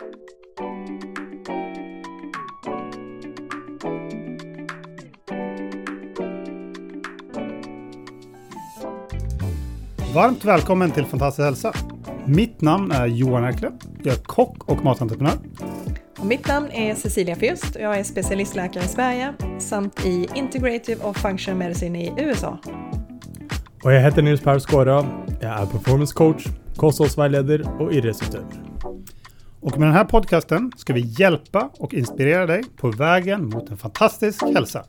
Varmt välkommen till Fantastisk hälsa. Mitt namn är Johan Erkle. Jag är kock och matentreprenör. Och mitt namn är Cecilia Fürst och jag är specialistläkare i Sverige samt i Integrative och Functional Medicine i USA. Och jag heter Nils Per Skåra. Jag är performance coach, kosthållsvägledare och idrottsutövare. Och med den här podcasten ska vi hjälpa och inspirera dig på vägen mot en fantastisk hälsa.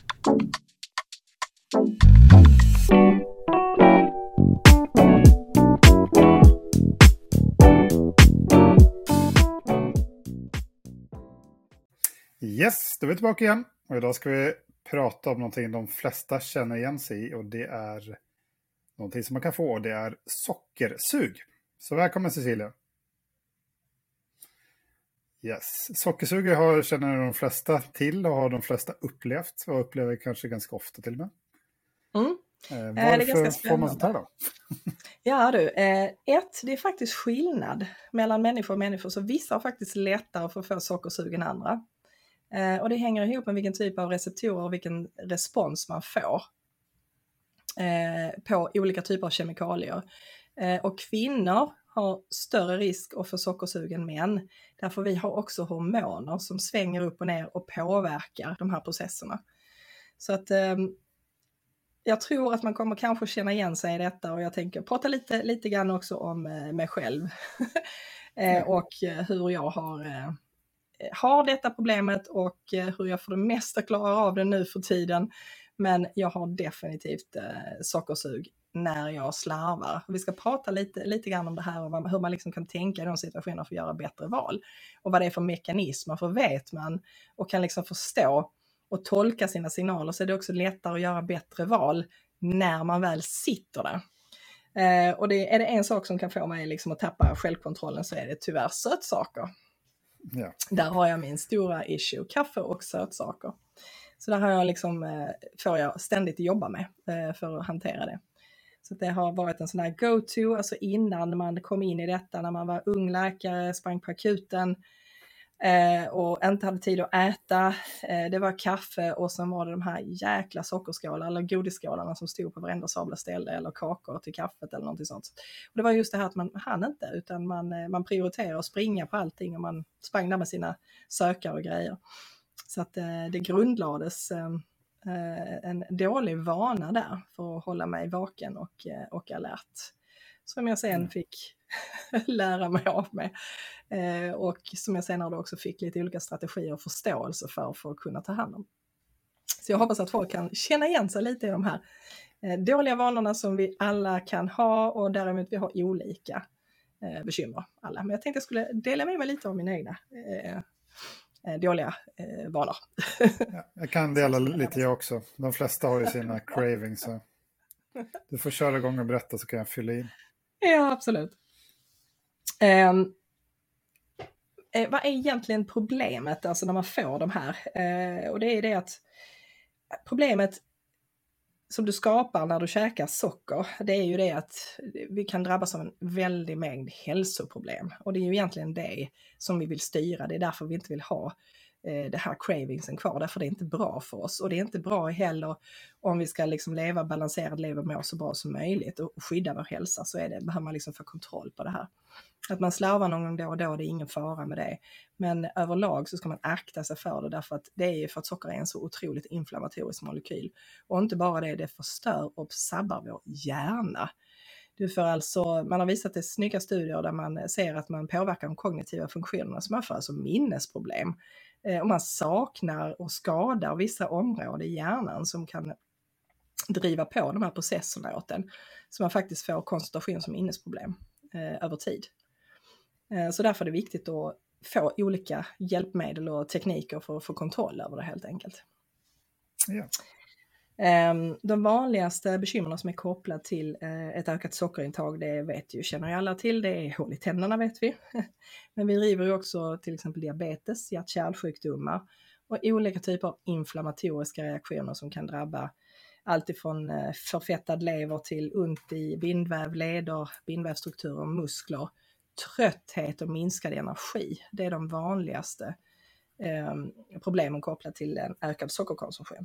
Yes, då är vi tillbaka igen. Och idag ska vi prata om någonting de flesta känner igen sig i. Och det är någonting som man kan få. Och det är sockersug. Så välkommen Cecilia. Yes, sockersug känner de flesta till och har de flesta upplevt. Och upplever kanske ganska ofta till och med. Varför får man sånt här då? Ja du, det är faktiskt skillnad mellan människor och människor. Så vissa har faktiskt lättare för att få sockersug än andra. Och det hänger ihop med vilken typ av receptorer och vilken respons man får på olika typer av kemikalier. Och kvinnor har större risk att få sockersug än män. Därför vi har också hormoner som svänger upp och ner och påverkar de här processerna. Så att jag tror att man kommer kanske känna igen sig i detta, och jag tänker prata lite grann också om mig själv och hur jag har detta problemet och hur jag för det mesta klarar av det nu för tiden. Men jag har definitivt sockersug när jag slarvar. Vi ska prata lite grann om det här och hur man liksom kan tänka i de situationerna för att göra bättre val. Och vad det är för mekanismer, för vet man och kan liksom förstå och tolka sina signaler, så är det också lättare att göra bättre val när man väl sitter där. Och är det en sak som kan få mig liksom att tappa självkontrollen, så är det tyvärr sötsaker. Ja. Där har jag min stora issue, kaffe och sötsaker. Så där har jag får jag ständigt jobba med för att hantera det. Så det har varit en sån här go-to, alltså innan man kom in i detta, när man var ung läkare, sprang på akuten och inte hade tid att äta. Det var kaffe och sen var det de här jäkla sockerskålarna eller godisskålarna som stod på varenda sabla ställe, eller kakor till kaffet eller någonting sånt. Och det var just det här att man hann inte, utan man prioriterar att springa på allting, och man sprang där med sina sökare och grejer. Så att det grundlades en dålig vana där för att hålla mig vaken och alert. Som jag sen fick lära mig av med. Och som jag senare då också fick lite olika strategier och förståelse för att kunna ta hand om. Så jag hoppas att folk kan känna igen sig lite i de här dåliga vanorna som vi alla kan ha, och däremot vi har olika bekymmer alla. Men jag tänkte jag skulle dela med mig lite av mina egna dåliga vanor. Ja, jag kan dela lite jag också. De flesta har ju sina cravings. Så du får köra igång och berätta, så kan jag fylla in. Ja, absolut. Vad är egentligen problemet, alltså när man får de här? Och det är det att problemet som du skapar när du käkar socker, det är ju det att vi kan drabbas av en väldig mängd hälsoproblem. Och det är ju egentligen det som vi vill styra. Det är därför vi inte vill ha det här cravingsen kvar. Därför det är inte bra för oss. Och det är inte bra heller om vi ska liksom leva balanserad liv och må så bra som möjligt och skydda vår hälsa, så behöver man liksom få kontroll på det här. Att man slarvar någon gång då och då, det är ingen fara med det. Men överlag så ska man akta sig för det, därför att det är för att socker är en så otroligt inflammatorisk molekyl. Och inte bara det förstör och sabbar vår hjärna. Man har visat det snygga studier där man ser att man påverkar de kognitiva funktionerna, som man får alltså minnesproblem. Och man saknar och skadar vissa områden i hjärnan som kan driva på de här processerna åt en. Så man faktiskt får koncentration som minnesproblem över tid. Så därför är det viktigt att få olika hjälpmedel och tekniker för att få kontroll över det helt enkelt. Ja. De vanligaste bekymren som är kopplade till ett ökat sockerintag, det känner ju alla till, det är hål i tänderna vet vi. Men vi driver ju också till exempel diabetes, hjärt-kärlsjukdomar och olika typer av inflammatoriska reaktioner som kan drabba allt ifrån förfettad lever till ont i bindväv, leder, bindvävstrukturer, muskler, trötthet och minskad energi. Det är de vanligaste problemen kopplat till en ökad sockerkonsumtion.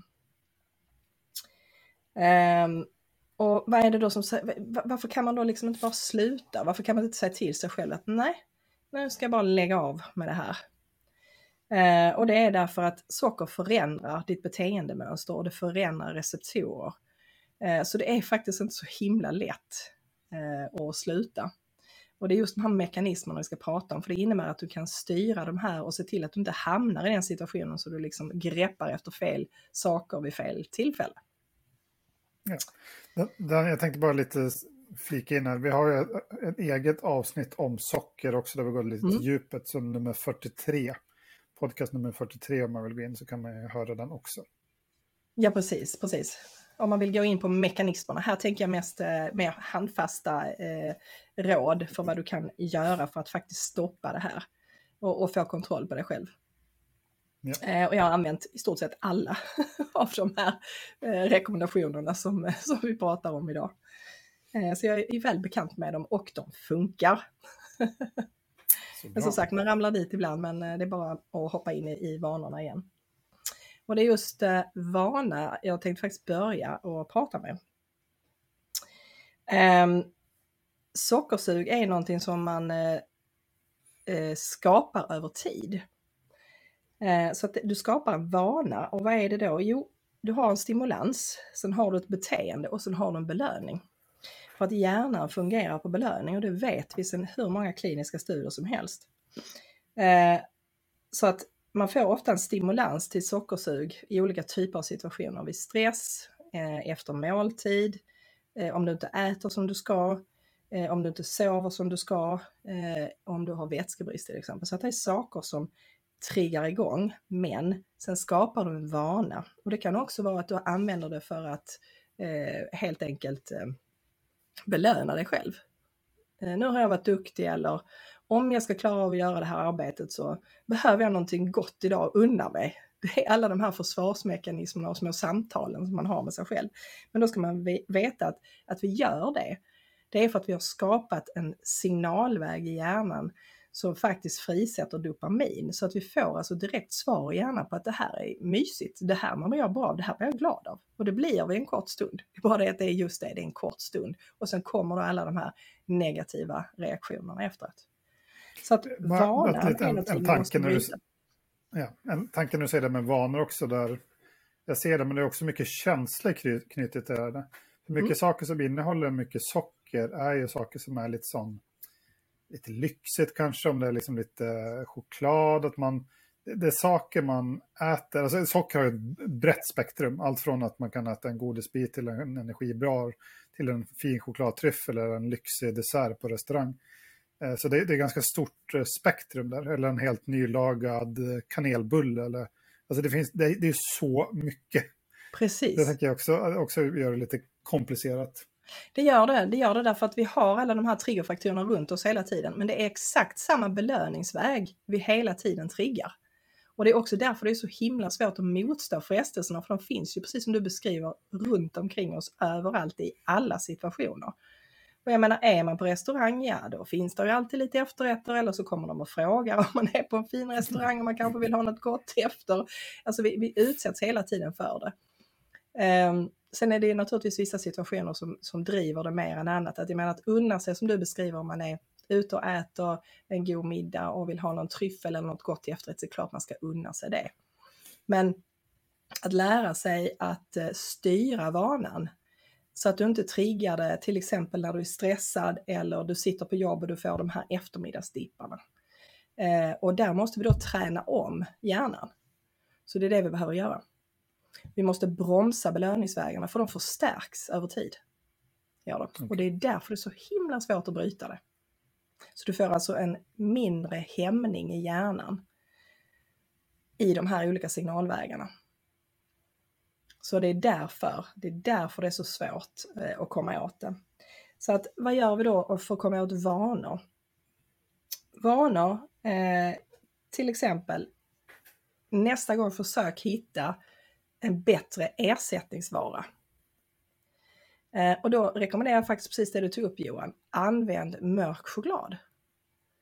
Och vad är det då som, varför kan man då liksom inte bara sluta? Varför kan man inte säga till sig själv att nej, nu ska jag bara lägga av med det här? Och det är därför att socker förändrar ditt beteendemönster och det förändrar receptorer. Så det är faktiskt inte så himla lätt att sluta. Och det är just de här mekanismerna vi ska prata om, för det innebär att du kan styra de här och se till att du inte hamnar i den situationen så du liksom greppar efter fel saker vid fel tillfälle. Ja. Jag tänkte bara lite flika in här. Vi har ju ett eget avsnitt om socker också där vi går lite till djupet, som nummer 43. Podcast nummer 43 om man vill gå in så kan man ju höra den också. Ja, precis. Om man vill gå in på mekanismerna. Här tänker jag mest mer handfasta råd för vad du kan göra för att faktiskt stoppa det här. Och få kontroll på det själv. Ja. Och jag har använt i stort sett alla av de här rekommendationerna som vi pratar om idag. Så jag är väl bekant med dem och de funkar. Men som sagt, man ramlar dit ibland, men det är bara att hoppa in i vanorna igen. Och det är just vana jag tänkte faktiskt börja och prata med. Sockersug är någonting som man skapar över tid. Så att du skapar en vana, och vad är det då? Jo, du har en stimulans, sen har du ett beteende och sen har du en belöning. För att hjärnan fungerar på belöning, och det vet vi sedan hur många kliniska studier som helst. Så att man får ofta en stimulans till sockersug i olika typer av situationer. Vid stress, efter måltid, om du inte äter som du ska, om du inte sover som du ska, om du har vätskebrist till exempel. Så att det är saker som triggar igång, men sen skapar du en vana. Och det kan också vara att du använder det för att helt enkelt belöna dig själv. Nu har jag varit duktig, eller om jag ska klara av att göra det här arbetet så behöver jag någonting gott idag och unna mig. Det är alla de här försvarsmekanismerna och små samtalen som man har med sig själv. Men då ska man veta att vi gör det. Det är för att vi har skapat en signalväg i hjärnan som faktiskt frisätter dopamin. Så att vi får alltså direkt svar i hjärnan på att det här är mysigt. Det här mår jag bra av, det här blir jag glad av. Och det blir vi en kort stund. Bara det att det är just det, det är en kort stund. Och sen kommer då alla de här negativa reaktionerna efteråt. Så att vanan är något en tanke när en tanke när du säger det med vanor också, där jag ser det, men det är också mycket känslor knutet till det. För mycket saker som innehåller mycket socker är ju saker som är lite lyxigt kanske, om det är liksom lite choklad, att det är saker man äter. Alltså socker har ju ett brett spektrum, allt från att man kan äta en godisbit till en energibar, till en fin chokladtryffel eller en lyxig dessert på restaurang. Så det är ganska stort spektrum där, eller en helt nylagad kanelbulle, eller alltså det är så mycket. Precis. Det tänker jag också gör det lite komplicerat. Det gör det därför att vi har alla de här triggerfaktorerna runt oss hela tiden, men det är exakt samma belöningsväg vi hela tiden triggar. Och det är också därför det är så himla svårt att motstå frestelserna, för de finns ju, precis som du beskriver, runt omkring oss överallt i alla situationer. Och jag menar, är man på restaurang, ja då finns det ju alltid lite efterrätter, eller så kommer de och frågar om man är på en fin restaurang och man kanske vill ha något gott efter. Alltså vi utsätts hela tiden för det. Sen är det ju naturligtvis vissa situationer som driver det mer än annat. Att jag menar, att unna sig, som du beskriver, om man är ute och äter en god middag och vill ha någon tryffel eller något gott i efterrätt, så är det klart man ska unna sig det. Men att lära sig att styra vanan så att du inte triggar det, till exempel när du är stressad eller du sitter på jobb och du får de här eftermiddagsdipparna. Och där måste vi då träna om hjärnan. Så det är det vi behöver göra. Vi måste bromsa belöningsvägarna, för de förstärks över tid. Ja då. Och det är därför det är så himla svårt att bryta det. Så du får alltså en mindre hämning i hjärnan i de här olika signalvägarna. Så det är därför det är så svårt att komma åt det. Så att, vad gör vi då för att komma åt vanor? Vanor, till exempel, nästa gång försök hitta en bättre ersättningsvara. Och då rekommenderar jag faktiskt precis det du tog upp, Johan. Använd mörk choklad.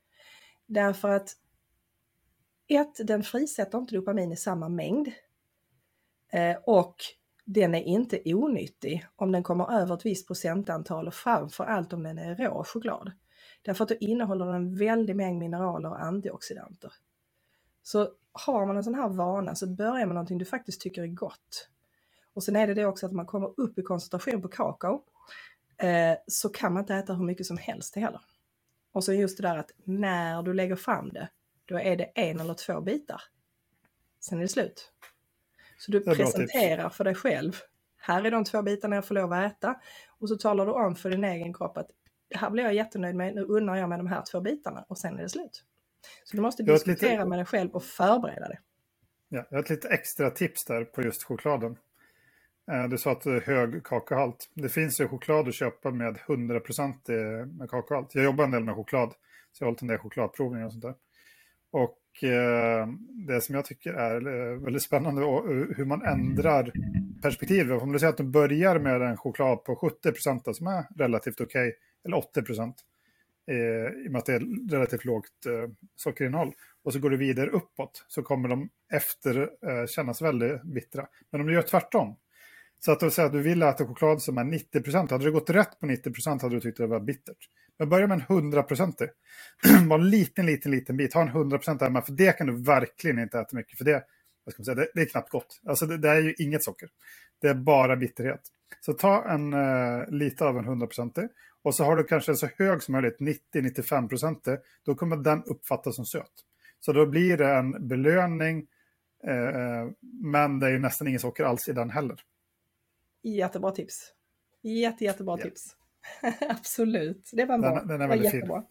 Därför att den frisätter inte dopamin i samma mängd. Och den är inte onyttig om den kommer över ett visst procentantal och framförallt om den är rå choklad. Därför att då innehåller den en väldig mängd mineraler och antioxidanter. Så har man en sån här vana så börjar med någonting du faktiskt tycker är gott. Och sen är det också att man kommer upp i koncentration på kakao, så kan man inte äta hur mycket som helst heller. Och så just det där att när du lägger fram det, då är det 1 eller 2 bitar. Sen är det slut. Så du presenterar för dig själv. Här är de 2 bitarna jag får lov att äta. Och så talar du om för din egen kropp att det här blir jag jättenöjd med. Nu unnar jag med de här 2 bitarna. Och sen är det slut. Så du måste diskutera med dig själv och förbereda det. Ja, jag har ett lite extra tips där på just chokladen. Du sa att hög kakaohalt. Det finns ju choklad att köpa med 100% med kakaohalt. Jag jobbar en del med choklad. Så jag har hållit en del chokladprovningar och sånt där. Och det som jag tycker är väldigt spännande är hur man ändrar perspektivet. Om du säger att du börjar med en choklad på 70% som är relativt okej, eller 80%. I och med att det är relativt lågt sockerinnehåll. Och så går du vidare uppåt så kommer de efter kännas väldigt bittra. Men om du gör tvärtom. Så att du säger att du vill äta choklad som är 90%. Hade du gått rätt på 90% hade du tyckt det var bittert. Men börja med en 100%. Var en liten bit. Ha en 100% där med. För det kan du verkligen inte äta mycket. För det, vad ska man säga, det är knappt gott. Alltså det är ju inget socker. Det är bara bitterhet. Så ta lite av en 100%. Och så har du kanske en så hög som möjligt, 90-95%. Då kommer den uppfattas som söt. Så då blir det en belöning. Men det är ju nästan ingen socker alls i den heller. Jättebra tips. Jättebra tips. Absolut. Det var bra. Den är väldigt jättebra.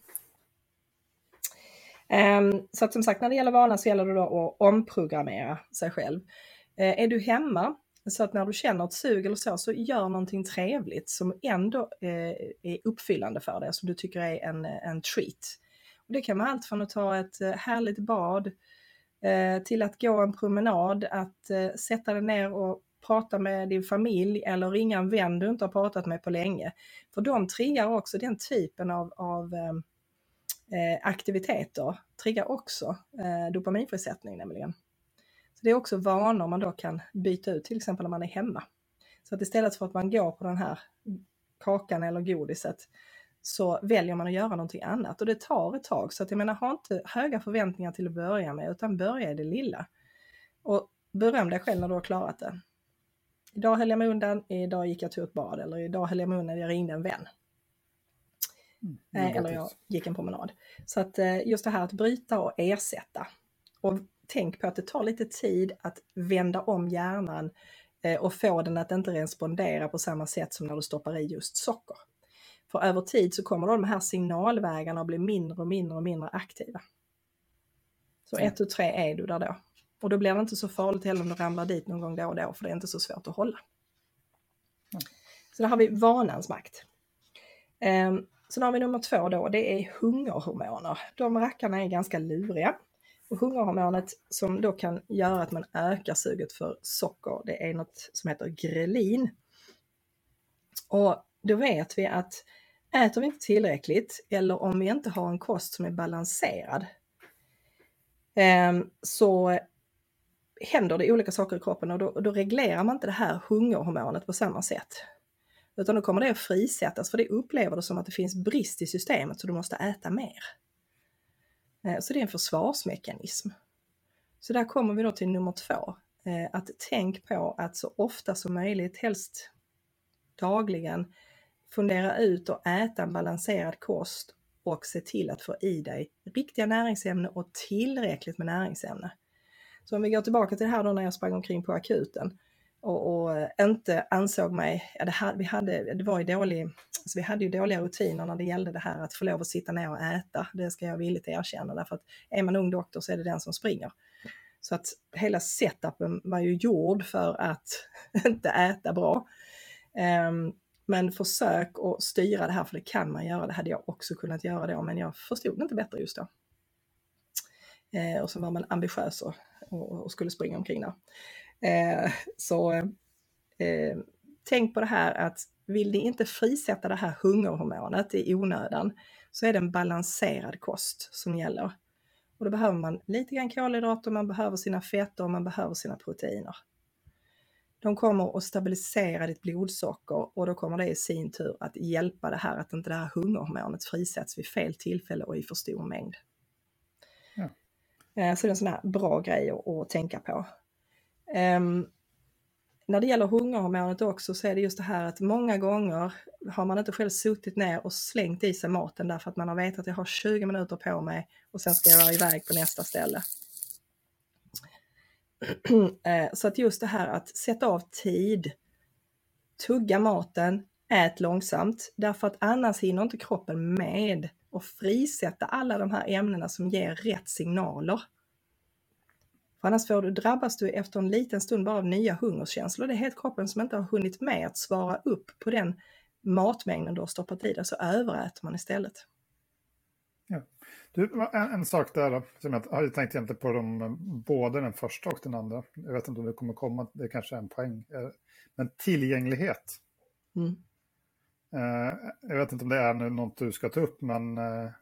Så att som sagt, när det gäller vanan så gäller det då att omprogrammera sig själv. Är du hemma så att när du känner ett sug eller så gör någonting trevligt som ändå är uppfyllande för dig, som du tycker är en treat. Och det kan vara allt från att ta ett härligt bad till att gå en promenad, att sätta dig ner och prata med din familj eller ringa en vän du inte har pratat med på länge. För de triggar också den typen av aktiviteter, triggar också dopaminfrisättning nämligen. Så det är också vanor man då kan byta ut, till exempel när man är hemma. Så att istället för att man går på den här kakan eller godiset så väljer man att göra någonting annat. Och det tar ett tag. Så att jag menar, ha inte höga förväntningar till att börja med, utan börja i det lilla. Och beröm dig själv när du har klarat det. Idag höll jag mig undan, idag gick jag till ett bad, eller idag höll jag mig undan, jag ringde en vän. Eller jag gick en promenad. Så att just det här att bryta och ersätta. Och tänk på att det tar lite tid att vända om hjärnan och få den att inte respondera på samma sätt som när du stoppar i just socker. För över tid så kommer de här signalvägarna att bli mindre och mindre aktiva. Så 1 och 3 är du där då. Och då blir det inte så farligt heller om du ramlar dit någon gång då och då, för det är inte så svårt att hålla. Så där har vi vanans makt. Sen har vi nummer 2 då, det är hungerhormoner. De rackarna är ganska luriga. Och hungerhormonet som då kan göra att man ökar suget för socker, det är något som heter grelin. Och då vet vi att äter vi inte tillräckligt, eller om vi inte har en kost som är balanserad, så händer det olika saker i kroppen, och då reglerar man inte det här hungerhormonet på samma sätt. Utan då kommer det att frisättas, för det upplever det som att det finns brist i systemet, så du måste äta mer. Så det är en försvarsmekanism. Så där kommer vi då till nummer 2. Att tänk på att så ofta som möjligt, helst dagligen, fundera ut och äta en balanserad kost och se till att få i dig riktiga näringsämnen och tillräckligt med näringsämnen. Så om vi går tillbaka till det här då när jag sprang omkring på akuten och inte ansåg mig, vi hade ju dåliga rutiner när det gällde det här att få lov att sitta ner och äta. Det ska jag villigt erkänna, därför att är man ung doktor så är det den som springer. Så att hela setupen var ju gjord för att inte äta bra. Men försök att styra det här, för det kan man göra. Det hade jag också kunnat göra då, men jag förstod det inte bättre just då. Och så var man ambitiös och skulle springa omkring där. Tänk på det här att vill ni inte frisätta det här hungerhormonet i onödan, så är det en balanserad kost som gäller. Och då behöver man lite grann kolhydrater, man behöver sina fetter och man behöver sina proteiner. De kommer att stabilisera ditt blodsocker och då kommer det i sin tur att hjälpa det här att inte det här hungerhormonet frisätts vid fel tillfälle och i för stor mängd. Ja. Så det är en sån här bra grej att tänka på. När det gäller hungerhormonet också så är det just det här att många gånger har man inte själv suttit ner och slängt i sig maten därför att man har vetat att jag har 20 minuter på mig och sen ska jag vara iväg på nästa ställe. Så att just det här att sätta av tid, tugga maten, ät långsamt därför att annars hinner inte kroppen med och frisätta alla de här ämnena som ger rätt signaler. För annars drabbas du efter en liten stund bara av nya hungerskänslor. Det är helt kroppen som inte har hunnit med att svara upp på den matmängden du har stoppat i dig, så överäter man istället. Ja. Du, en sak där då, som jag hade tänkt egentligen på både den första och den andra. Jag vet inte om det kommer komma, det kanske är en poäng. Men tillgänglighet. Jag vet inte om det är något du ska ta upp, men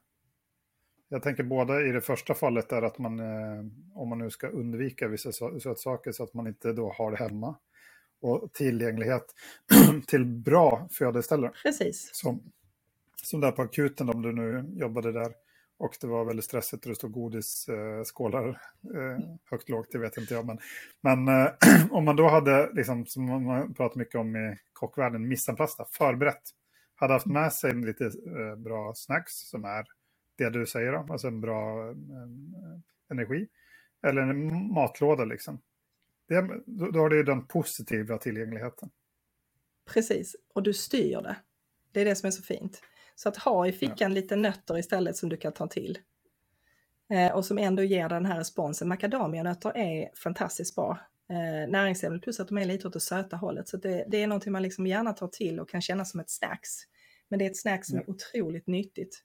jag tänker både i det första fallet är att man, om man nu ska undvika vissa saker så att man inte då har det hemma. Och tillgänglighet till bra födeställen. Precis. Som där på akuten om du nu jobbade där och det var väldigt stressigt och det stod godisskålar högt lågt, det vet inte jag. Men om man då hade, liksom, som man pratar mycket om i kockvärlden, missanpasta, förberett, hade haft med sig en lite bra snacks som är det du säger då, alltså en bra energi eller en matlåda liksom. Då har du ju den positiva tillgängligheten. Precis, och du styr det. Det är det som är så fint. Så att ha i fickan lite nötter istället som du kan ta till. Och som ändå ger den här responsen. Macadamianötter är fantastiskt bra näringsämnen, plus att de är lite åt det söta hållet. Så det är någonting man liksom gärna tar till och kan känna som ett snacks. Men det är ett snack som är otroligt nyttigt.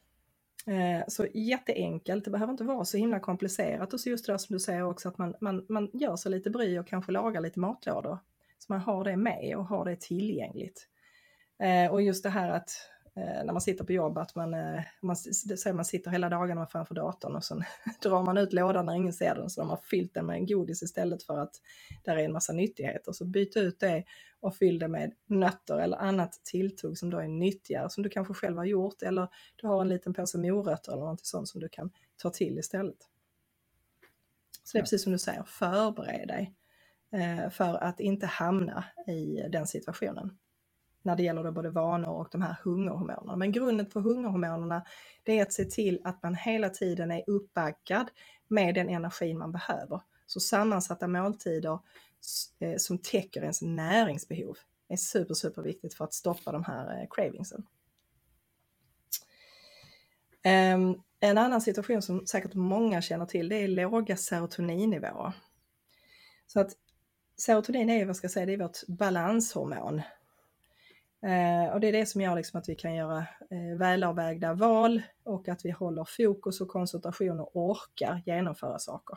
Så jätteenkelt, det behöver inte vara så himla komplicerat. Och så just det där som du säger också, att man gör sig lite bry och kanske lagar lite matlådor. Så man har det med och har det tillgängligt. Och just det här att när man sitter på jobb, att man sitter hela dagarna framför datorn och sen drar man ut lådan när ingen ser den, så de har fyllt den med en godis istället för att där är en massa nyttigheter. Så byt ut det och fyll det med nötter eller annat tilltugg som då är nyttigare, som du kanske själv har gjort, eller du har en liten påse morötter eller något sånt som du kan ta till istället. Så det är precis som du säger, förbered dig för att inte hamna i den situationen. När det gäller då både vanor och de här hungerhormonerna. Men grunden för hungerhormonerna, det är att se till att man hela tiden är uppbackad med den energin man behöver. Så sammansatta måltider som täcker ens näringsbehov är super viktigt för att stoppa de här cravingsen. En annan situation som säkert många känner till, det är låga serotoninnivåer. Så att serotonin är, det är vårt balanshormon. Och det är det som gör liksom att vi kan göra välavvägda val och att vi håller fokus och koncentration och orkar genomföra saker.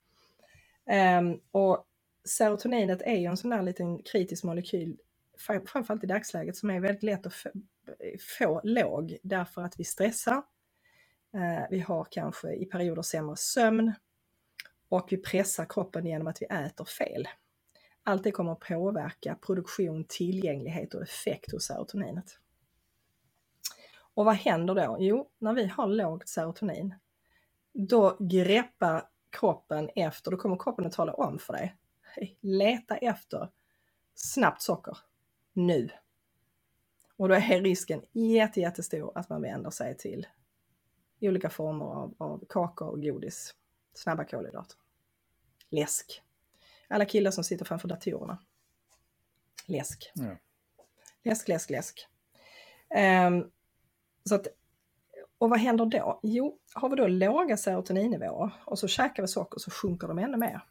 Och serotoninet är ju en sån där liten kritisk molekyl, framförallt i dagsläget, som är väldigt lätt att få låg därför att vi stressar. Vi har kanske i perioder sämre sömn och vi pressar kroppen genom att vi äter fel. Allt det kommer att påverka produktion, tillgänglighet och effekt hos serotoninet. Och vad händer då? Jo, när vi har lågt serotonin, då greppar kroppen efter, då kommer kroppen att tala om för dig. Leta efter snabbt socker nu. Och då är risken jättestor att man vänder sig till olika former av kakor och godis, snabba kolhydrater, läsk. Alla killar som sitter framför datorerna. Läsk. Ja. Läsk. Så att, och vad händer då? Jo, har vi då låga serotoninnivåer och så käkar vi socker, så sjunker de ännu mer.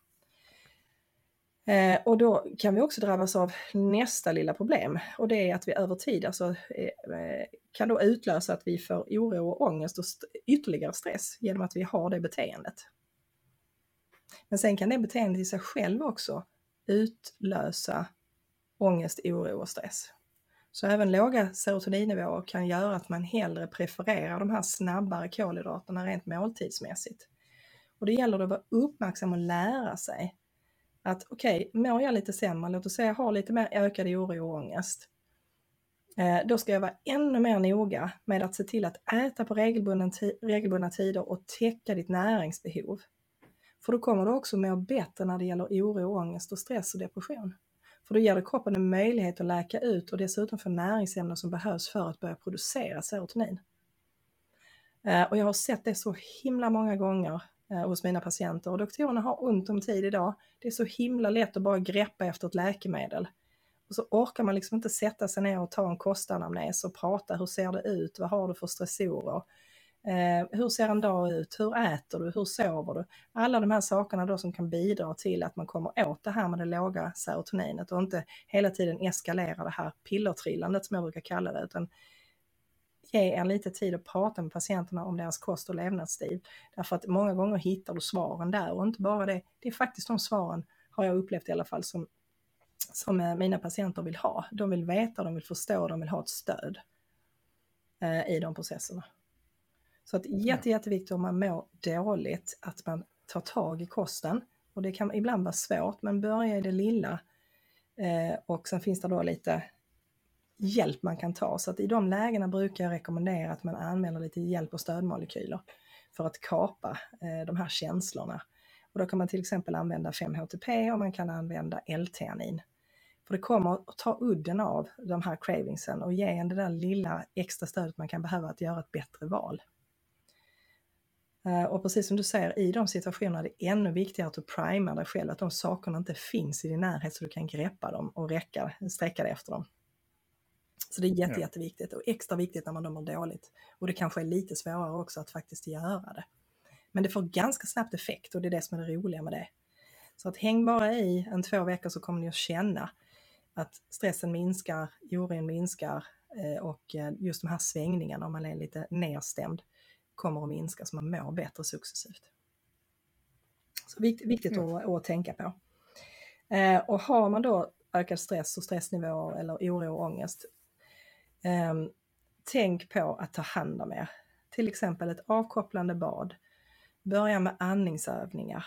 Och då kan vi också drabbas av nästa lilla problem. Och det är att vi över tid kan då utlösa att vi får oro och ångest och ytterligare stress genom att vi har det beteendet. Men sen kan det beteendet i sig själv också utlösa ångest, oro och stress. Så även låga serotoninnivåer kan göra att man hellre prefererar de här snabbare kolhydraterna rent måltidsmässigt. Och det gäller att vara uppmärksam och lära sig att okej, mår jag lite sämre, låt oss säga jag har lite mer ökad oro och ångest. Då ska jag vara ännu mer noga med att se till att äta på regelbundna tider och täcka ditt näringsbehov. För då kommer du också må bättre när det gäller oro, ångest och stress och depression. För då ger det kroppen en möjlighet att läka ut och dessutom få näringsämnen som behövs för att börja producera serotonin. Och jag har sett det så himla många gånger hos mina patienter, och doktorerna har ont om tid idag. Det är så himla lätt att bara greppa efter ett läkemedel. Och så orkar man liksom inte sätta sig ner och ta en kostanamnes och prata. Hur ser det ut? Vad har du för stressorer? Hur ser en dag ut? Hur äter du? Hur sover du? Alla de här sakerna då som kan bidra till att man kommer åt det här med det låga serotoninet och inte hela tiden eskalera det här pillertrillandet som jag brukar kalla det, utan ge er lite tid att prata med patienterna om deras kost och levnadsstil. Därför att många gånger hittar du svaren där, och inte bara det. Det är faktiskt de svaren, har jag upplevt i alla fall, som mina patienter vill ha. De vill veta, de vill förstå, de vill ha ett stöd i de processerna. Så att jätteviktigt om man mår dåligt att man tar tag i kosten. Och det kan ibland vara svårt, men börja i det lilla. Och sen finns det då lite hjälp man kan ta. Så att i de lägena brukar jag rekommendera att man använder lite hjälp- och stödmolekyler för att kapa de här känslorna. Och då kan man till exempel använda 5-HTP och man kan använda L-theanin. För det kommer att ta udden av de här cravingsen och ge en det där lilla extra stödet man kan behöva att göra ett bättre val. Och precis som du säger, i de situationerna är det ännu viktigare att du primar dig själv, att de sakerna inte finns i din närhet så du kan greppa dem och sträcka dig efter dem. Så det är jätteviktigt, och extra viktigt när man mår dåligt. Och det kanske är lite svårare också att faktiskt göra det. Men det får ganska snabbt effekt, och det är det som är det roliga med det. Så att häng bara i 2 veckor så kommer ni att känna att stressen minskar, oron minskar och just de här svängningarna om man är lite nedstämd kommer att minska, så man mår bättre successivt. Så viktigt att tänka på. Och har man då ökad stress och stressnivå eller oro och ångest, tänk på att ta hand om er. Till exempel ett avkopplande bad. Börja med andningsövningar.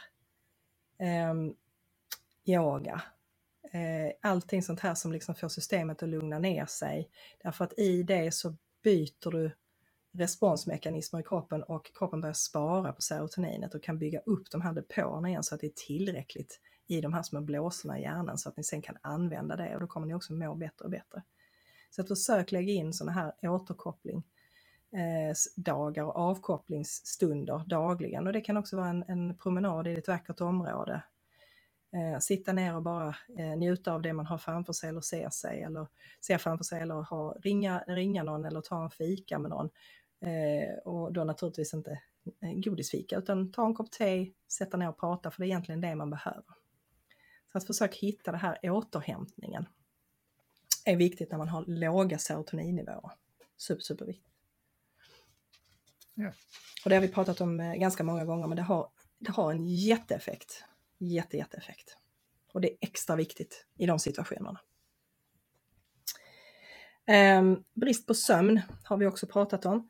Yoga. Allting sånt här som liksom får systemet att lugna ner sig. Därför att i det så byter du responsmekanismer i kroppen och kroppen börjar spara på serotoninet och kan bygga upp de här depåerna igen så att det är tillräckligt i de här små blåsorna i hjärnan så att ni sen kan använda det, och då kommer ni också må bättre och bättre. Så att försök lägga in såna här återkopplingsdagar och avkopplingsstunder dagligen, och det kan också vara en promenad i ett vackert område. Sitta ner och bara njuta av det man har framför sig eller ser framför sig, eller ringa någon eller ta en fika med någon. Och då naturligtvis inte godisfika, utan ta en kopp te, sätta ner och prata, för det är egentligen det man behöver. Så att försöka hitta det här återhämtningen är viktigt när man har låga serotoninnivåer. Superviktigt. Yeah. Och det har vi pratat om ganska många gånger, men det har en jätteeffekt. Jätteeffekt. Och det är extra viktigt i de situationerna. Brist på sömn har vi också pratat om.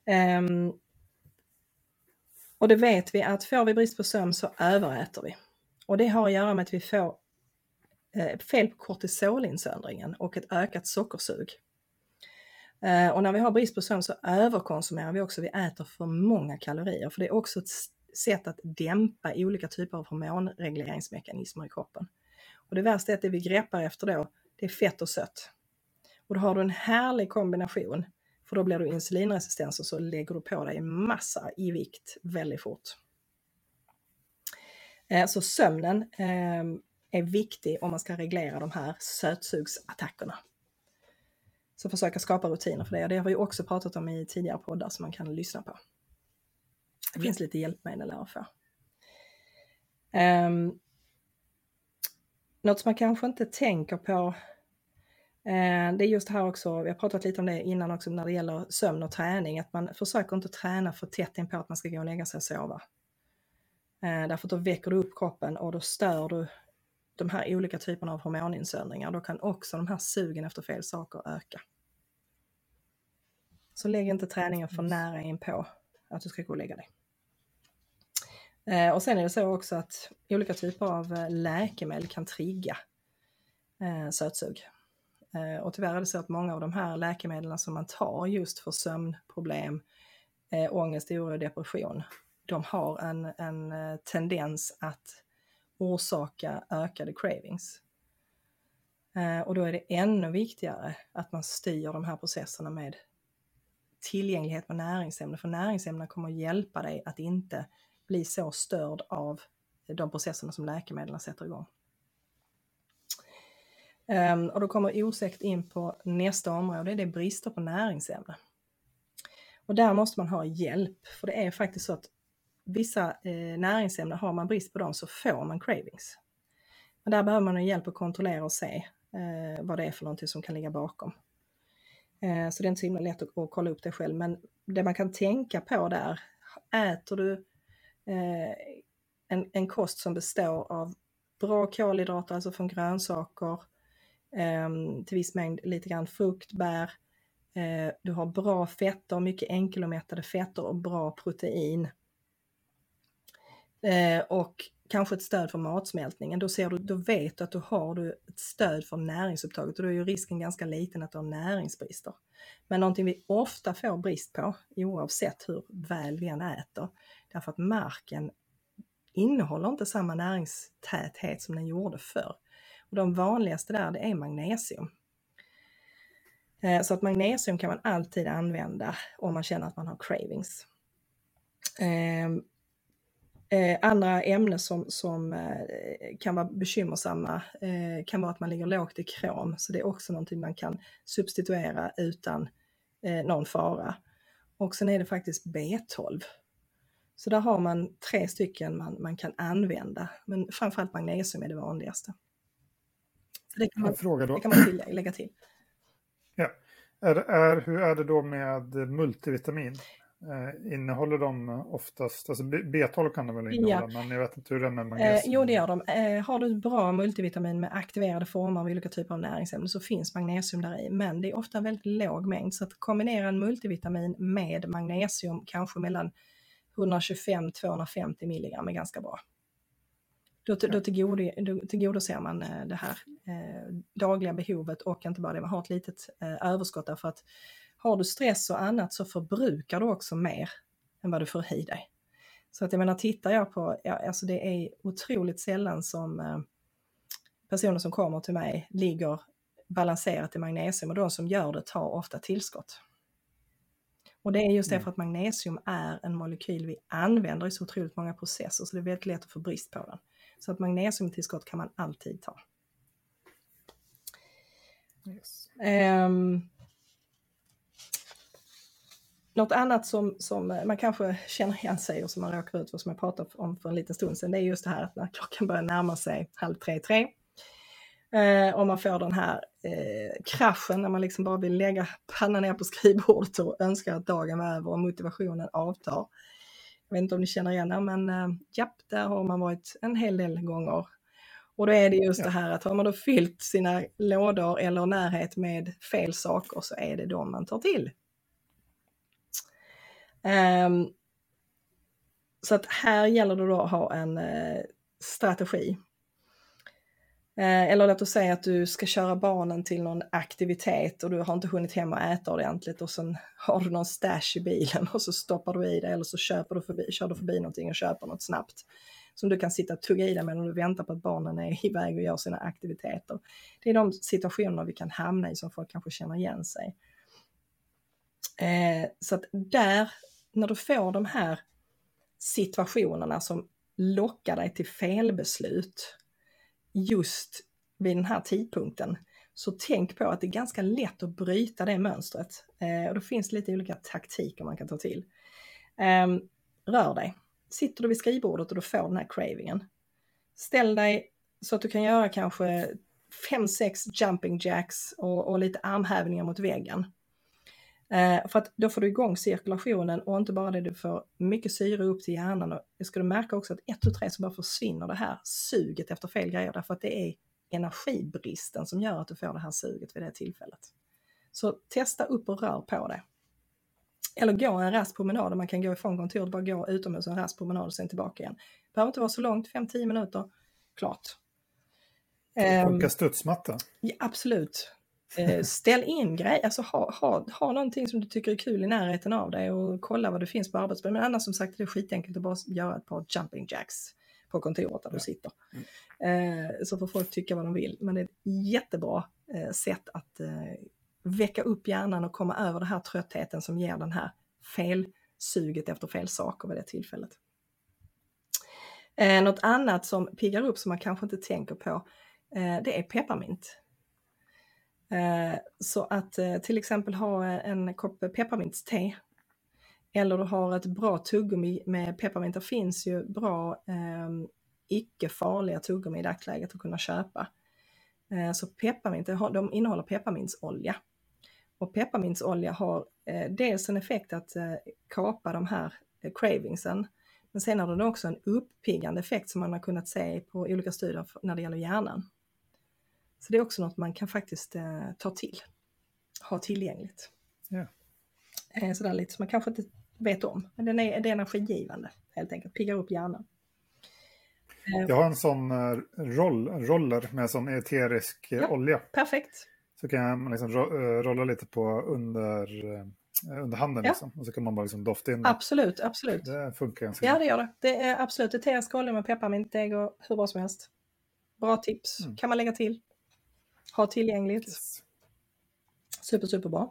Och det vet vi att får vi brist på sömn så överäter vi. Och det har att göra med att vi får fel på kortisolinsöndringen och ett ökat sockersug. Och när vi har brist på sömn så överkonsumerar vi också. Vi äter för många kalorier, för det är också ett sätt att dämpa olika typer av hormonregleringsmekanismer i kroppen. Och det värsta är att det vi greppar efter då, det är fett och sött. Och då har du en härlig kombination, för då blir du insulinresistens och så lägger du på dig massa i vikt väldigt fort. Så sömnen är viktig om man ska reglera de här sötsugsattackerna. Så försöka skapa rutiner för det. Och det har vi också pratat om i tidigare poddar som man kan lyssna på. Det finns lite hjälpmedel att få. Något som man kanske inte tänker på, det är just här också, vi har pratat lite om det innan också när det gäller sömn och träning, att man försöker inte träna för tätt in på att man ska gå och lägga sig och sova. Därför att då väcker du upp kroppen och då stör du de här olika typerna av hormoninsöndringar. Då kan också de här sugen efter fel saker öka. Så lägg inte träningen för nära in på att du ska gå och lägga dig. Och sen är det så också att olika typer av läkemedel kan trigga sötsug. Och tyvärr är det så att många av de här läkemedlen som man tar just för sömnproblem, ångest, oro och depression, de har en tendens att orsaka ökade cravings. Och då är det ännu viktigare att man styr de här processerna med tillgänglighet på näringsämnen. För näringsämnen kommer att hjälpa dig att inte bli så störd av de processerna som läkemedlen sätter igång. Och då kommer osökt in på nästa område, det är brister på näringsämnen. Och där måste man ha hjälp, för det är faktiskt så att vissa näringsämnen, har man brist på dem så får man cravings. Men där behöver man hjälp att kontrollera och se vad det är för någonting som kan ligga bakom. Så det är inte så himla lätt att kolla upp det själv, men det man kan tänka på där, äter du en kost som består av bra kolhydrater, alltså från grönsaker, till viss mängd lite grann frukt, bär, du har bra fetter, mycket enkelomättade fetter och bra protein, och kanske ett stöd för matsmältningen, då vet du att du har ett stöd för näringsupptaget, och då är ju risken ganska liten att du har näringsbrister. Men någonting vi ofta får brist på, oavsett hur väl vi än äter, därför att marken innehåller inte samma näringstäthet som den gjorde förr. Och de vanligaste där, det är magnesium. Så att magnesium kan man alltid använda om man känner att man har cravings. Andra ämnen som kan vara bekymmersamma kan vara att man ligger lågt i krom. Så det är också någonting man kan substituera utan någon fara. Och sen är det faktiskt B12. Så där har man 3 stycken man kan använda. Men framförallt magnesium är det vanligaste. Så det kan man lägga till. Ja. Hur är det då med multivitamin? Innehåller de oftast, alltså B12 kan de väl innehålla, men jag vet inte hur det är med magnesium. Jo, det gör de. Har du bra multivitamin med aktiverade former av olika typer av näringsämnen så finns magnesium där i, men det är ofta en väldigt låg mängd, så att kombinera en multivitamin med magnesium kanske mellan 125-250 milligram är ganska bra. Då tillgodoser man det här dagliga behovet, och inte bara det, man har ett litet överskott, därför att har du stress och annat så förbrukar du också mer än vad du får i dig. Så att jag menar, tittar jag på, alltså det är otroligt sällan som personer som kommer till mig ligger balanserat i magnesium, och de som gör det tar ofta tillskott. Och det är just det, för att magnesium är en molekyl vi använder i så otroligt många processer, så det är väldigt lätt att få brist på den. Så att magnesiumtillskott kan man alltid ta. Yes. Något annat som man kanske känner igen sig och som man råkar ut för, som jag pratade om för en liten stund sedan, det är just det här att när klockan börjar närma sig 2:30, och man får den här kraschen när man liksom bara vill lägga pannan ner på skrivbordet och önskar att dagen var över och motivationen avtar. Jag vet inte om ni känner igen det, men där har man varit en hel del gånger. Och då är det just det här att har man då fyllt sina lådor eller närhet med fel saker, så är det de man tar till. Så att här gäller det då att ha en strategi. Eller låt oss säga att du ska köra barnen till någon aktivitet och du har inte hunnit hem och äta ordentligt, och sen har du någon stash i bilen och så stoppar du i det, eller så kör du förbi någonting och köper något snabbt som du kan sitta och tugga i dig medan du väntar på att barnen är iväg och gör sina aktiviteter. Det är de situationerna vi kan hamna i som folk kanske känner igen sig. Så att där, när du får de här situationerna som lockar dig till felbeslut just vid den här tidpunkten, så tänk på att det är ganska lätt att bryta det mönstret. Och det finns lite olika taktiker man kan ta till. Rör dig. Sitter du vid skrivbordet och du får den här cravingen, ställ dig så att du kan göra kanske 5-6 jumping jacks och lite armhävningar mot väggen. För att då får du igång cirkulationen, och inte bara det, du får mycket syre upp till hjärnan, och jag skulle märka också att 1-3 så bara försvinner det här suget efter fel grejer, därför att det är energibristen som gör att du får det här suget vid det tillfället. Så testa upp och rör på det. Eller gå en rask promenad, man kan gå ifrån kontoret, bara gå utomhus en rask promenad och sen tillbaka igen. Det behöver inte vara så långt, 5-10 minuter, klart. Funkar studsmatta? Ja, absolut. Ställ in grejer, alltså ha någonting som du tycker är kul i närheten av dig och kolla vad det finns på arbetsplatsen. Men annars som sagt det är skitenkelt att bara göra ett par jumping jacks på kontoret där du sitter. Så får folk tycka vad de vill. Men det är ett jättebra sätt att väcka upp hjärnan och komma över den här tröttheten som ger den här felsuget efter fel saker vid det tillfället. Något annat som piggar upp som man kanske inte tänker på, det är pepparmint. Så att till exempel ha en kopp pepparmintste, eller du har ett bra tuggummi med pepparmint. Det finns ju bra icke farliga tuggummi i dagsläget att kunna köpa. Så pepparmint, de innehåller pepparmintsolja. Och pepparmintsolja har dels en effekt att kapa de här cravingsen. Men sen har den också en uppiggande effekt som man har kunnat se på olika studier när det gäller hjärnan. Så det är också något man kan faktiskt ta till. Ha tillgängligt. Yeah. Sådär lite som man kanske inte vet om. Men det är energigivande helt enkelt. Piggar upp hjärnan. Jag har en sån roller med sån eterisk olja. Perfekt. Så kan jag liksom rolla lite på under handen liksom. Och så kan man bara liksom dofta in det. Absolut. Det funkar ganska Ja, bra. det gör det. Det är absolut eterisk olja med pepparmint. Det går hur bra som helst. Bra tips. Kan man lägga till. Ha tillgängligt. Yes. Superbra.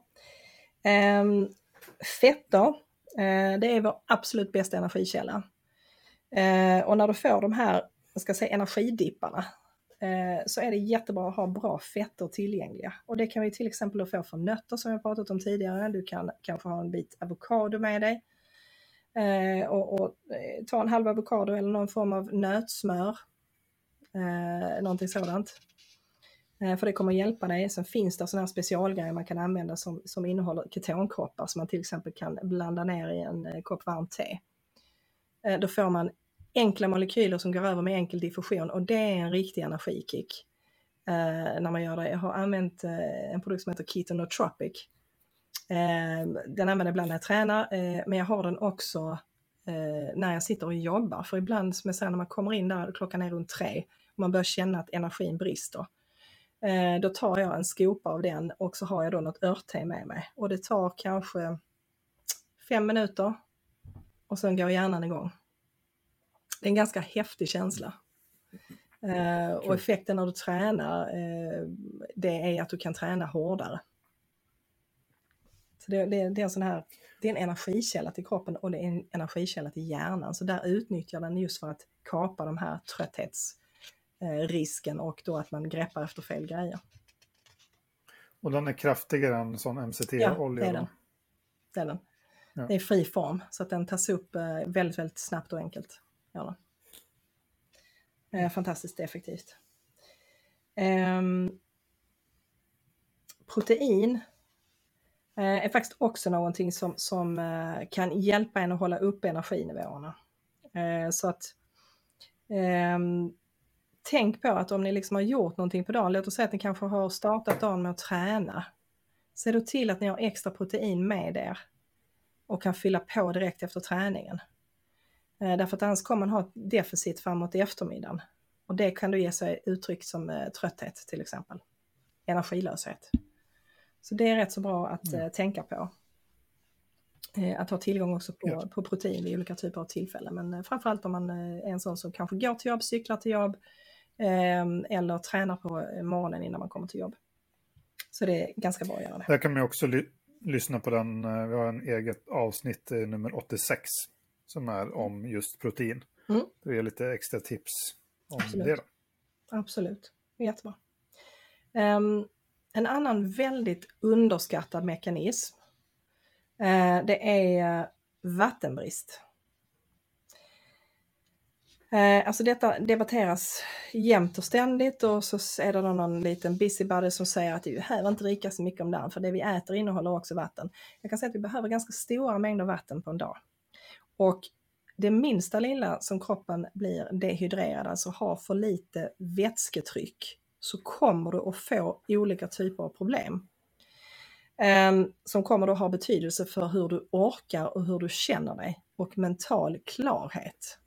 Fetter. Det är vår absolut bästa energikälla. Och när du får de här, energidipparna, så är det jättebra att ha bra fetter tillgängliga. Och det kan vi till exempel få från nötter som jag pratat om tidigare. Du kan kanske ha en bit avokado med dig. Och ta en halv avokado eller någon form av nötsmör. Någonting sådant. För det kommer hjälpa dig. Sen finns det sådana här specialgrejer man kan använda som innehåller ketonkroppar som man till exempel kan blanda ner i en kopp varmt te. Då får man enkla molekyler som går över med enkel diffusion och det är en riktig energikick när man gör det. Jag har använt en produkt som heter Ketonotropic. Den använder jag ibland när jag tränar, men jag har den också när jag sitter och jobbar. För ibland, som jag säger, när man kommer in där klockan är runt 3 och man börjar känna att energin brister. Då tar jag en skopa av den och så har jag då något örtte med mig. Och det tar kanske 5 minuter och sen går hjärnan igång. Det är en ganska häftig känsla. Och effekten när du tränar, det är att du kan träna hårdare. Så det är en sån här, det är en energikälla till kroppen och det är en energikälla till hjärnan. Så där utnyttjar den just för att kapa de här trötthetsrisken och då att man greppar efter fel grejer. Och den är kraftigare än sån MCT-olja? Ja, det är den. Ja. Det är fri form så att den tas upp väldigt, väldigt snabbt och enkelt. Ja. Fantastiskt effektivt. Protein är faktiskt också någonting som kan hjälpa en att hålla upp energinivåerna. Så att tänk på att om ni liksom har gjort någonting på dagen, låt oss säga att ni kanske har startat dagen med att träna. Se då till att ni har extra protein med er och kan fylla på direkt efter träningen. Därför att annars kommer man ha ett deficit framåt i eftermiddagen. Och det kan då ge sig uttryck som trötthet till exempel. Energilöshet. Så det är rätt så bra att tänka på. Att ha tillgång också på protein vid olika typer av tillfällen. Men framförallt om man är en sån som kanske går till jobb, cyklar till jobb. Eller tränar på morgonen innan man kommer till jobb. Så det är ganska bra att göra det. Där kan man också lyssna på den. Vi har en eget avsnitt nummer 86. Som är om just protein. Det ger lite extra tips om det då. Absolut, jättebra. En annan väldigt underskattad mekanism. Det är vattenbrist. Alltså detta debatteras jämt och ständigt och så är det någon liten busybody som säger att det behöver inte dricka så mycket om dagen för det vi äter innehåller också vatten. Jag kan säga att vi behöver ganska stora mängder vatten på en dag. Och det minsta lilla som kroppen blir dehydrerad, alltså har för lite vätsketryck, så kommer du att få olika typer av problem. Som kommer då ha betydelse för hur du orkar och hur du känner dig och mental klarhet.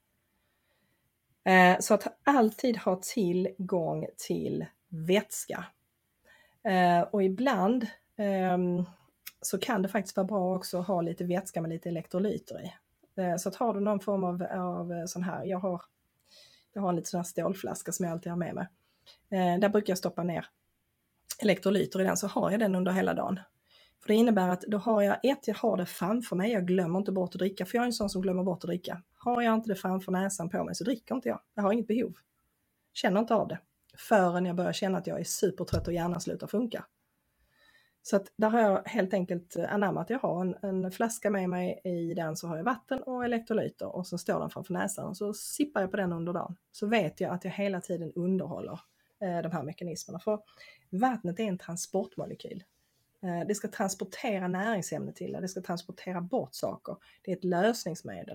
Så att alltid ha tillgång till vätska. Och ibland så kan det faktiskt vara bra också att ha lite vätska med lite elektrolyter i. Så att har du någon form av sån här, jag har en liten sån här stålflaska som jag alltid har med mig. Där brukar jag stoppa ner elektrolyter i den, så har jag den under hela dagen. För det innebär att då har jag har det framför mig, jag glömmer inte bort att dricka, för jag är en sån som glömmer bort att dricka. Har jag inte det framför näsan på mig så dricker inte jag. Jag har inget behov. Känner inte av det. Förrän jag börjar känna att jag är supertrött och hjärnan slutar funka. Så att där har jag helt enkelt anammat. Jag har en flaska med mig, i den så har jag vatten och elektrolyter och så står den framför näsan och så sippar jag på den under dagen. Så vet jag att jag hela tiden underhåller de här mekanismerna. För vattnet är en transportmolekyl. Det ska transportera näringsämne till det ska transportera bort saker. Det är ett lösningsmedel.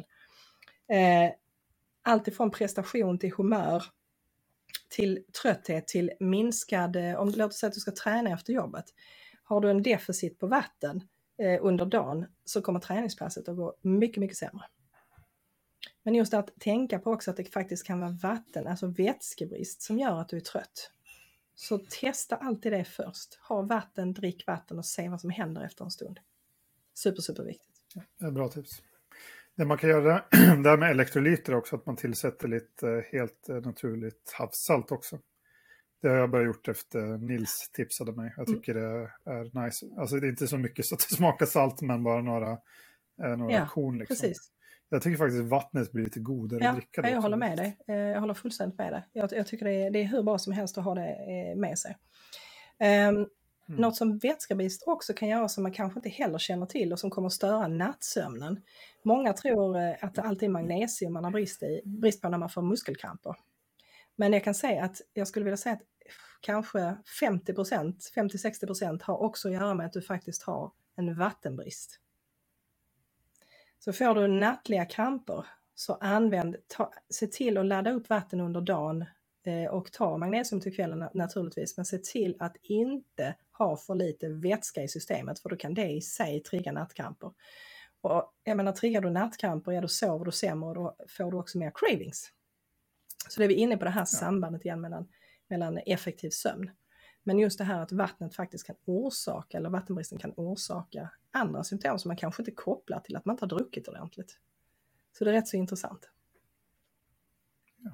Allt ifrån prestation till humör, till trötthet, till minskad, om låt oss säga att du ska träna efter jobbet. Har du en deficit på vatten under dagen så kommer träningspasset att gå mycket, mycket sämre. Men just att tänka på också att det faktiskt kan vara vatten, alltså vätskebrist som gör att du är trött. Så testa alltid det först. Ha vatten, drick vatten och se vad som händer efter en stund. Super viktigt. Bra tips. Det man kan göra där med elektrolyter också, att man tillsätter lite helt naturligt havssalt också. Det har jag börjat gjort efter Nils tipsade mig. Jag tycker det är nice. Alltså det är inte så mycket så att det smakar salt, men bara några korn liksom. Precis. Jag tycker faktiskt vattnet blir lite godare att dricka. Ja, jag håller med dig. Jag håller fullständigt med dig. Jag tycker det är hur bra som helst att ha det med sig. Något som vätskebrist också kan göra som man kanske inte heller känner till och som kommer att störa nattsömnen. Många tror att det alltid är magnesium man har brist på när man får muskelkramper. Men jag kan säga att jag skulle vilja säga att kanske 50-60% har också att göra med att du faktiskt har en vattenbrist. Så får du nattliga kramper så se till att ladda upp vatten under dagen och ta magnesium till kvällen naturligtvis. Men se till att inte ha för lite vätska i systemet, för då kan det i sig trigga nattkramper. Och jag menar, triggar du nattkramper, då sover du sämre och då får du också mer cravings. Så det är vi inne på det här sambandet igen mellan effektiv sömn. Men just det här att vattnet faktiskt kan orsaka, eller vattenbristen kan orsaka andra symptom som man kanske inte kopplar till att man inte har druckit ordentligt. Så det är rätt så intressant. Ja.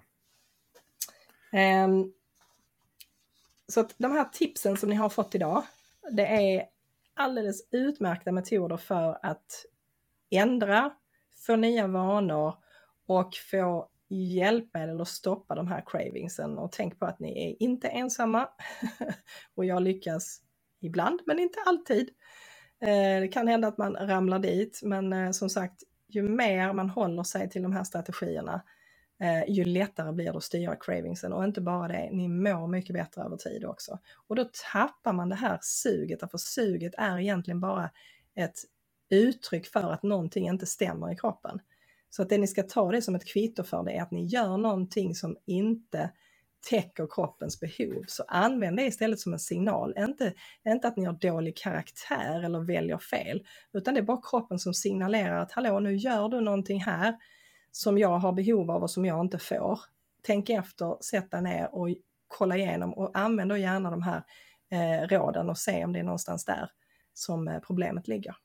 Så att de här tipsen som ni har fått idag, det är alldeles utmärkta metoder för att ändra, få nya vanor och få hjälpmedel att stoppa de här cravingsen. Och tänk på att ni är inte ensamma. Och jag lyckas ibland, men inte alltid. Det kan hända att man ramlar dit, men som sagt, ju mer man håller sig till de här strategierna, ju lättare blir det att styra cravingsen. Och inte bara det, ni mår mycket bättre över tid också. Och då tappar man det här suget, för suget är egentligen bara ett uttryck för att någonting inte stämmer i kroppen. Så att det ni ska ta det som ett kvitto för, det är att ni gör någonting som inte täcker kroppens behov. Så använd det istället som en signal. Inte att ni har dålig karaktär eller väljer fel. Utan det är bara kroppen som signalerar att hallå, nu gör du någonting här som jag har behov av och som jag inte får. Tänk efter, sätta ner och kolla igenom och använd då gärna de här råden och se om det är någonstans där som problemet ligger.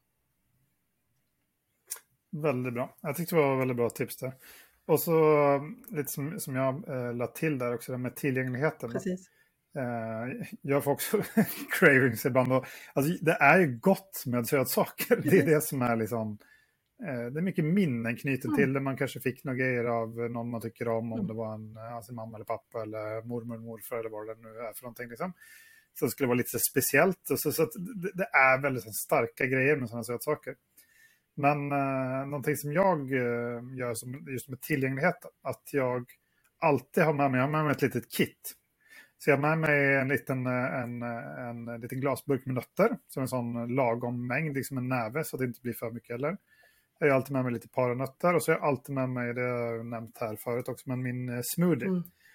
Väldigt bra. Jag tyckte det var väldigt bra tips där. Och så lite som jag lade till där också, det med tillgängligheten. Precis. Jag får också cravings ibland. Alltså, det är ju gott med sötsaker. Det är det som är liksom... det är mycket minnen knutet till det. Man kanske fick några grejer av någon man tycker om det var sin mamma eller pappa eller mormor, morfar eller vad det nu är för någonting. Liksom. Så det skulle vara lite speciellt. Så att det är väldigt starka grejer med sådana sötsaker. Men någonting som jag gör just med tillgänglighet, att jag alltid har med mig ett litet kit. Så jag har med mig en liten glasburk med nötter, som en sån lagom mängd, liksom en näve, så att det inte blir för mycket heller. Jag har alltid med mig lite paranötter och så har jag alltid med mig, det har jag nämnt här förut också, men min smoothie.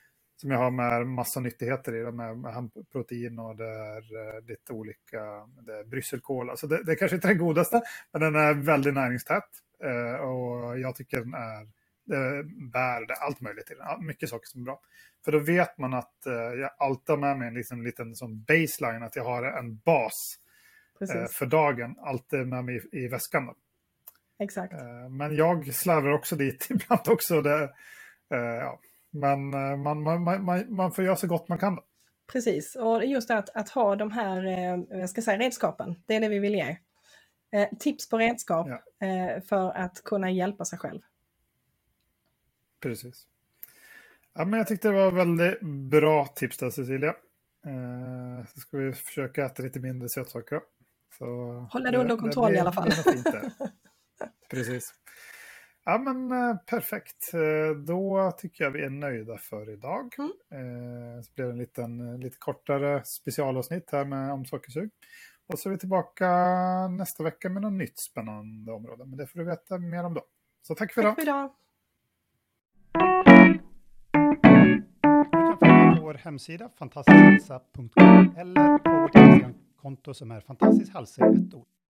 som jag har med massa nyttigheter i. Det med protein och det är lite olika, det är brysselkål. Alltså det kanske inte är den godaste, men den är väldigt näringstät. Och jag tycker den det bär det allt möjligt till den. Mycket saker som är bra. För då vet man att jag alltid har med mig en liten som baseline, att jag har en bas för dagen, alltid med mig i väskan då. Exakt. Men jag slarvar också dit ibland också. Ja. Men man får göra så gott man kan då. Precis, och just att ha de här redskapen, det är det vi vill ge. Tips på redskap för att kunna hjälpa sig själv. Precis. Ja, men jag tyckte det var väldigt bra tips där, Cecilia. Så ska vi försöka äta lite mindre sötsaker. Hålla det under kontroll i alla fall. Det är fint där. Precis. Ja, men perfekt. Då tycker jag vi är nöjda för idag. Så blir det en lite kortare specialavsnitt här om sockersug. Och så är vi tillbaka nästa vecka med något nytt spännande område. Men det får du veta mer om då. Så tack för idag. Tack för idag. Du kan följa vår hemsida fantastiskhälsa.com eller på vårt Instagram-konto som är fantastiskhälsa i ett ord.